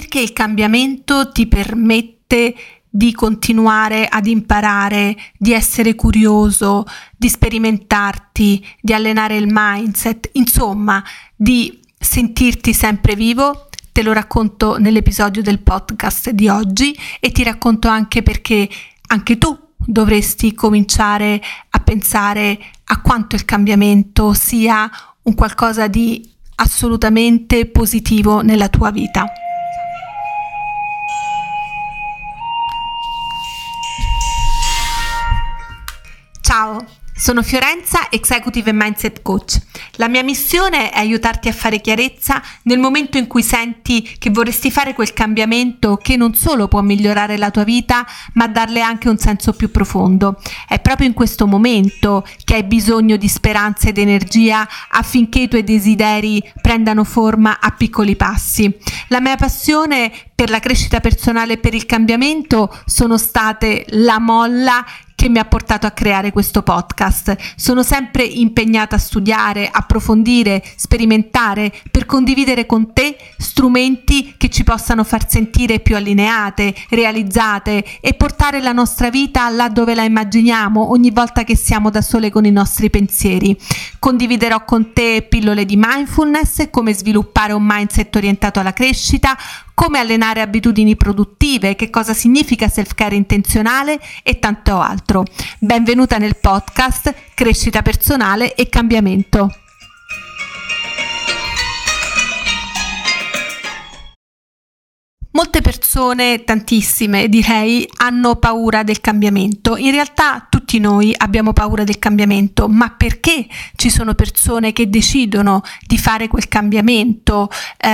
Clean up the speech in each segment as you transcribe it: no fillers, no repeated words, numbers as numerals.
Perché il cambiamento ti permette di continuare ad imparare, di essere curioso, di sperimentarti, di allenare il mindset, insomma, di sentirti sempre vivo. Te lo racconto nell'episodio del podcast di oggi e ti racconto anche perché anche tu dovresti cominciare a pensare a quanto il cambiamento sia un qualcosa di assolutamente positivo nella tua vita. Ciao, sono Fiorenza, Executive and Mindset Coach. La mia missione è aiutarti a fare chiarezza nel momento in cui senti che vorresti fare quel cambiamento che non solo può migliorare la tua vita, ma darle anche un senso più profondo. È proprio in questo momento che hai bisogno di speranza ed energia affinché i tuoi desideri prendano forma a piccoli passi. La mia passione per la crescita personale e per il cambiamento sono state la molla che mi ha portato a creare questo podcast. Sono sempre impegnata a studiare, approfondire, sperimentare per condividere con te strumenti che ci possano far sentire più allineate, realizzate e portare la nostra vita là dove la immaginiamo ogni volta che siamo da sole con i nostri pensieri. Condividerò con te pillole di mindfulness, come sviluppare un mindset orientato alla crescita, come allenare abitudini produttive, che cosa significa self-care intenzionale e tanto altro. Benvenuta nel podcast Crescita personale e cambiamento. Molte persone, tantissime direi, hanno paura del cambiamento. In realtà tutti noi abbiamo paura del cambiamento, ma perché ci sono persone che decidono di fare quel cambiamento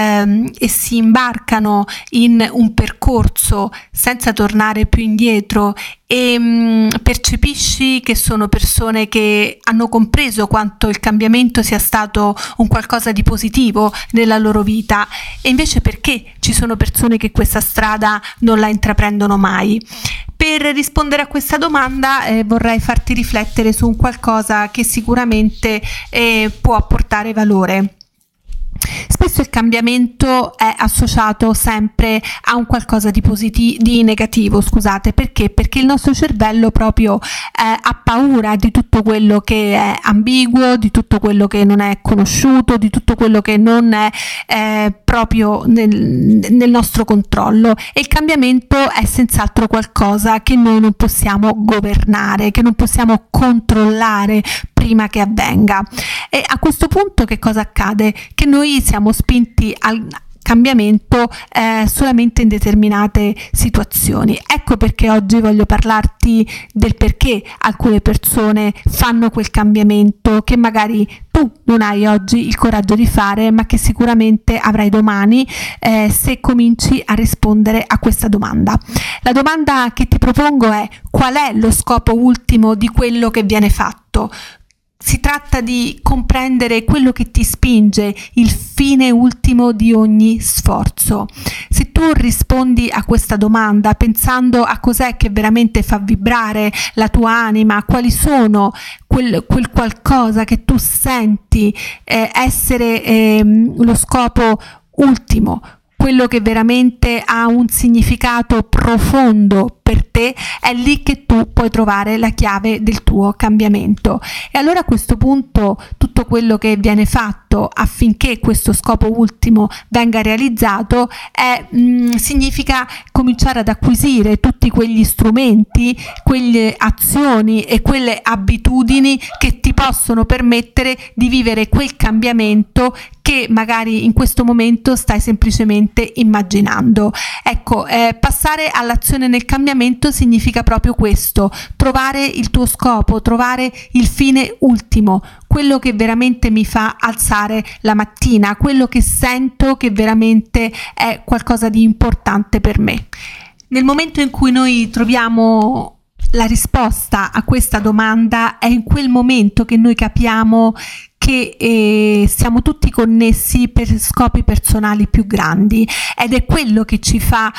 e si imbarcano in un percorso senza tornare più indietro e percepisci che sono persone che hanno compreso quanto il cambiamento sia stato un qualcosa di positivo nella loro vita, e invece perché ci sono persone che questa strada non la intraprendono mai? Per rispondere a questa domanda vorrei farti riflettere su un qualcosa che sicuramente può apportare valore. Spesso il cambiamento è associato sempre a un qualcosa di negativo, perché? Perché il nostro cervello proprio ha paura di tutto quello che è ambiguo, di tutto quello che non è conosciuto, di tutto quello che non è proprio nel nostro controllo, e il cambiamento è senz'altro qualcosa che noi non possiamo governare, che non possiamo controllare prima che avvenga. E a questo punto che cosa accade? Che noi siamo spinti al cambiamento solamente in determinate situazioni. Ecco perché oggi voglio parlarti del perché alcune persone fanno quel cambiamento che magari tu non hai oggi il coraggio di fare, ma che sicuramente avrai domani se cominci a rispondere a questa domanda. La domanda che ti propongo è: qual è lo scopo ultimo di quello che viene fatto? Si tratta di comprendere quello che ti spinge, il fine ultimo di ogni sforzo. Se tu rispondi a questa domanda pensando a cos'è che veramente fa vibrare la tua anima, quali sono quel qualcosa che tu senti essere lo scopo ultimo, quello che veramente ha un significato profondo per te, è lì che tu puoi trovare la chiave del tuo cambiamento. E allora a questo punto tutto quello che viene fatto affinché questo scopo ultimo venga realizzato significa cominciare ad acquisire tutti quegli strumenti, quelle azioni e quelle abitudini che ti possono permettere di vivere quel cambiamento che magari in questo momento stai semplicemente immaginando. Ecco, passare all'azione nel cambiamento significa proprio questo: trovare il tuo scopo, trovare il fine ultimo, quello che veramente mi fa alzare la mattina, quello che sento che veramente è qualcosa di importante per me. Nel momento in cui noi troviamo la risposta a questa domanda, è in quel momento che noi capiamo che siamo tutti connessi per scopi personali più grandi, ed è quello che ci fa,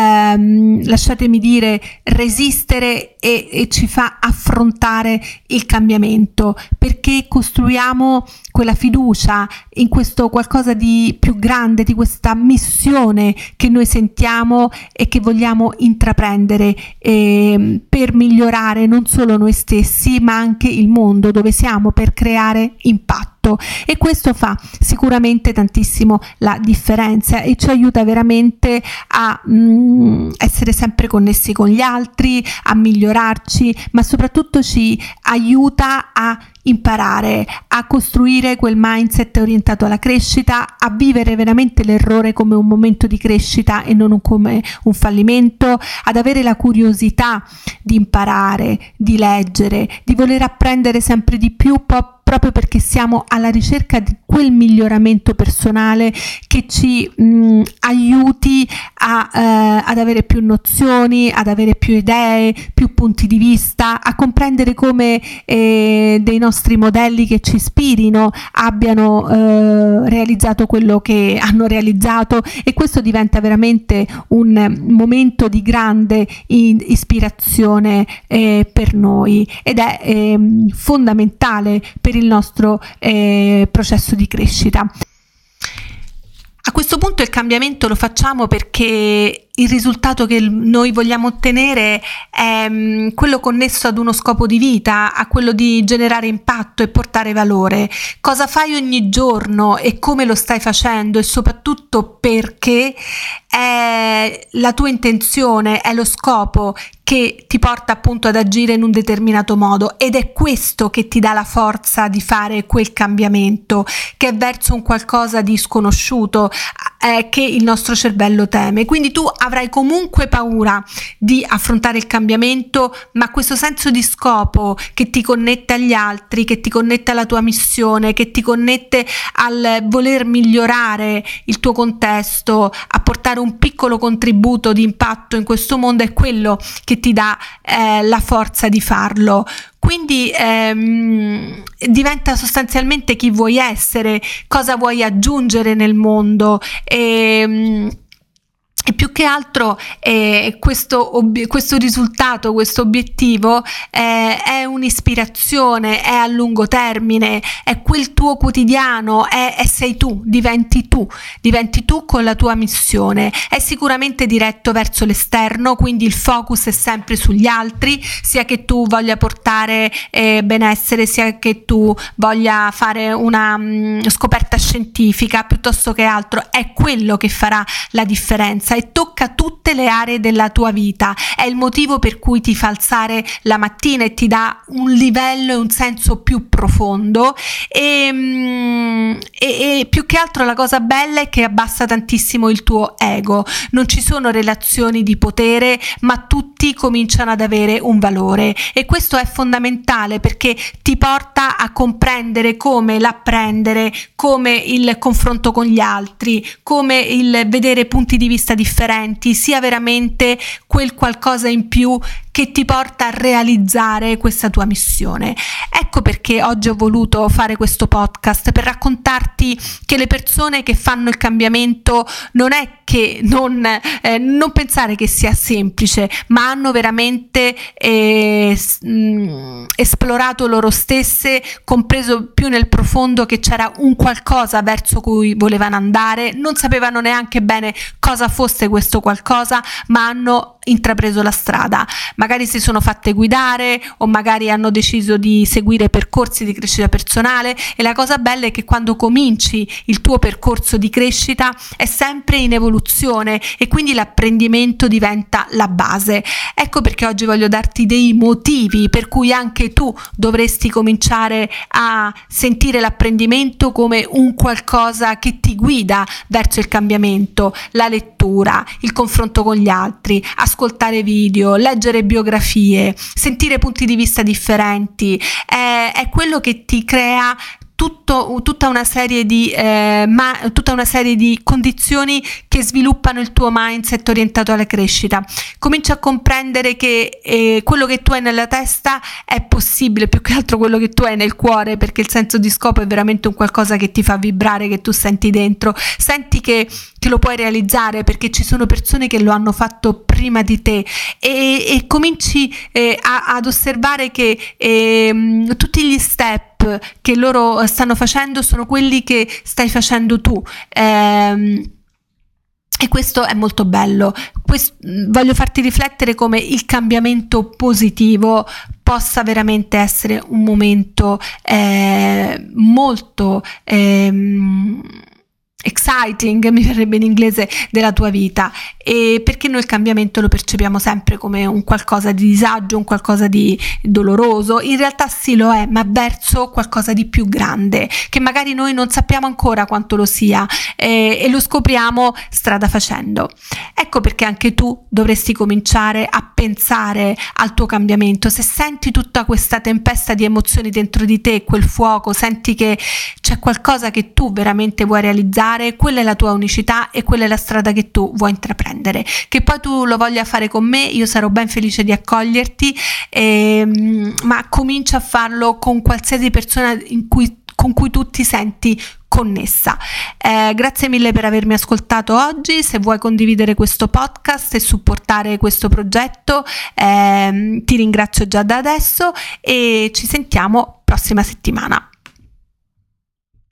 lasciatemi dire, resistere e ci fa affrontare il cambiamento, perché costruiamo quella fiducia in questo qualcosa di più grande, di questa missione che noi sentiamo e che vogliamo intraprendere per migliorare non solo noi stessi ma anche il mondo dove siamo, per creare impatto. E questo fa sicuramente tantissimo la differenza e ci aiuta veramente a essere sempre connessi con gli altri, a migliorarci, ma soprattutto ci aiuta a imparare a costruire quel mindset orientato alla crescita, a vivere veramente l'errore come un momento di crescita e non come un fallimento, ad avere la curiosità di imparare, di leggere, di voler apprendere sempre di più, proprio perché siamo alla ricerca di quel miglioramento personale che ci aiuti ad avere più nozioni, ad avere più idee, più punti di vista, a comprendere come dei nostri modelli che ci ispirino abbiano realizzato quello che hanno realizzato, e questo diventa veramente un momento di grande ispirazione per noi, ed è fondamentale per il nostro processo di crescita. A questo punto il cambiamento lo facciamo perché il risultato che noi vogliamo ottenere è quello connesso ad uno scopo di vita, a quello di generare impatto e portare valore. Cosa fai ogni giorno e come lo stai facendo, e soprattutto perché è la tua intenzione, è lo scopo che ti porta appunto ad agire in un determinato modo, ed è questo che ti dà la forza di fare quel cambiamento che è verso un qualcosa di sconosciuto, che il nostro cervello teme. Quindi tu avrai comunque paura di affrontare il cambiamento, ma questo senso di scopo che ti connette agli altri, che ti connette alla tua missione, che ti connette al voler migliorare il tuo contesto, a portare un piccolo contributo di impatto in questo mondo, è quello che ti dà la forza di farlo. Quindi diventa sostanzialmente chi vuoi essere, cosa vuoi aggiungere nel mondo, e più che altro questo risultato, questo obiettivo è un'ispirazione, è a lungo termine, è quel tuo quotidiano, sei tu, diventi tu con la tua missione. È sicuramente diretto verso l'esterno, quindi il focus è sempre sugli altri, sia che tu voglia portare benessere, sia che tu voglia fare una scoperta scientifica, piuttosto che altro. È quello che farà la differenza e tocca tutte le aree della tua vita. È il motivo per cui ti fa alzare la mattina e ti dà un livello e un senso più profondo, e più che altro la cosa bella è che abbassa tantissimo il tuo ego. Non ci sono relazioni di potere, ma tutti cominciano ad avere un valore, e questo è fondamentale perché ti porta a comprendere come l'apprendere, come il confronto con gli altri, come il vedere punti di vista differenti sia veramente quel qualcosa in più che ti porta a realizzare questa tua missione. Ecco perché oggi ho voluto fare questo podcast, per raccontarti che le persone che fanno il cambiamento non è che non pensare che sia semplice, ma hanno veramente esplorato loro stesse, compreso più nel profondo che c'era un qualcosa verso cui volevano andare, non sapevano neanche bene cosa fosse questo qualcosa, ma hanno intrapreso la strada. Magari si sono fatte guidare, o magari hanno deciso di seguire percorsi di crescita personale, e la cosa bella è che quando cominci il tuo percorso di crescita è sempre in evoluzione, e quindi l'apprendimento diventa la base. Ecco perché oggi voglio darti dei motivi per cui anche tu dovresti cominciare a sentire l'apprendimento come un qualcosa che ti guida verso il cambiamento: la lettura, il confronto con gli altri, ascoltare video, leggere biografie, sentire punti di vista differenti, è quello che ti crea tutta una serie di condizioni che sviluppano il tuo mindset orientato alla crescita. Comincia a comprendere che quello che tu hai nella testa è possibile, più che altro quello che tu hai nel cuore, perché il senso di scopo è veramente un qualcosa che ti fa vibrare, che tu senti dentro, senti che lo puoi realizzare perché ci sono persone che lo hanno fatto prima di te, e cominci ad osservare che tutti gli step step che loro stanno facendo sono quelli che stai facendo tu. E questo è molto bello. Voglio farti riflettere come il cambiamento positivo possa veramente essere un momento molto exciting, mi verrebbe in inglese, della tua vita, e perché noi il cambiamento lo percepiamo sempre come un qualcosa di disagio, un qualcosa di doloroso. In realtà sì, lo è, ma verso qualcosa di più grande, che magari noi non sappiamo ancora quanto lo sia, e lo scopriamo strada facendo. Ecco perché anche tu dovresti cominciare a pensare al tuo cambiamento. Se senti tutta questa tempesta di emozioni dentro di te, quel fuoco, senti che c'è qualcosa che tu veramente vuoi realizzare, quella è la tua unicità e quella è la strada che tu vuoi intraprendere. Che poi tu lo voglia fare con me, io sarò ben felice di accoglierti, ma comincia a farlo con qualsiasi persona con cui tu ti senti connessa. Grazie mille per avermi ascoltato oggi. Se vuoi condividere questo podcast e supportare questo progetto, ti ringrazio già da adesso e ci sentiamo prossima settimana.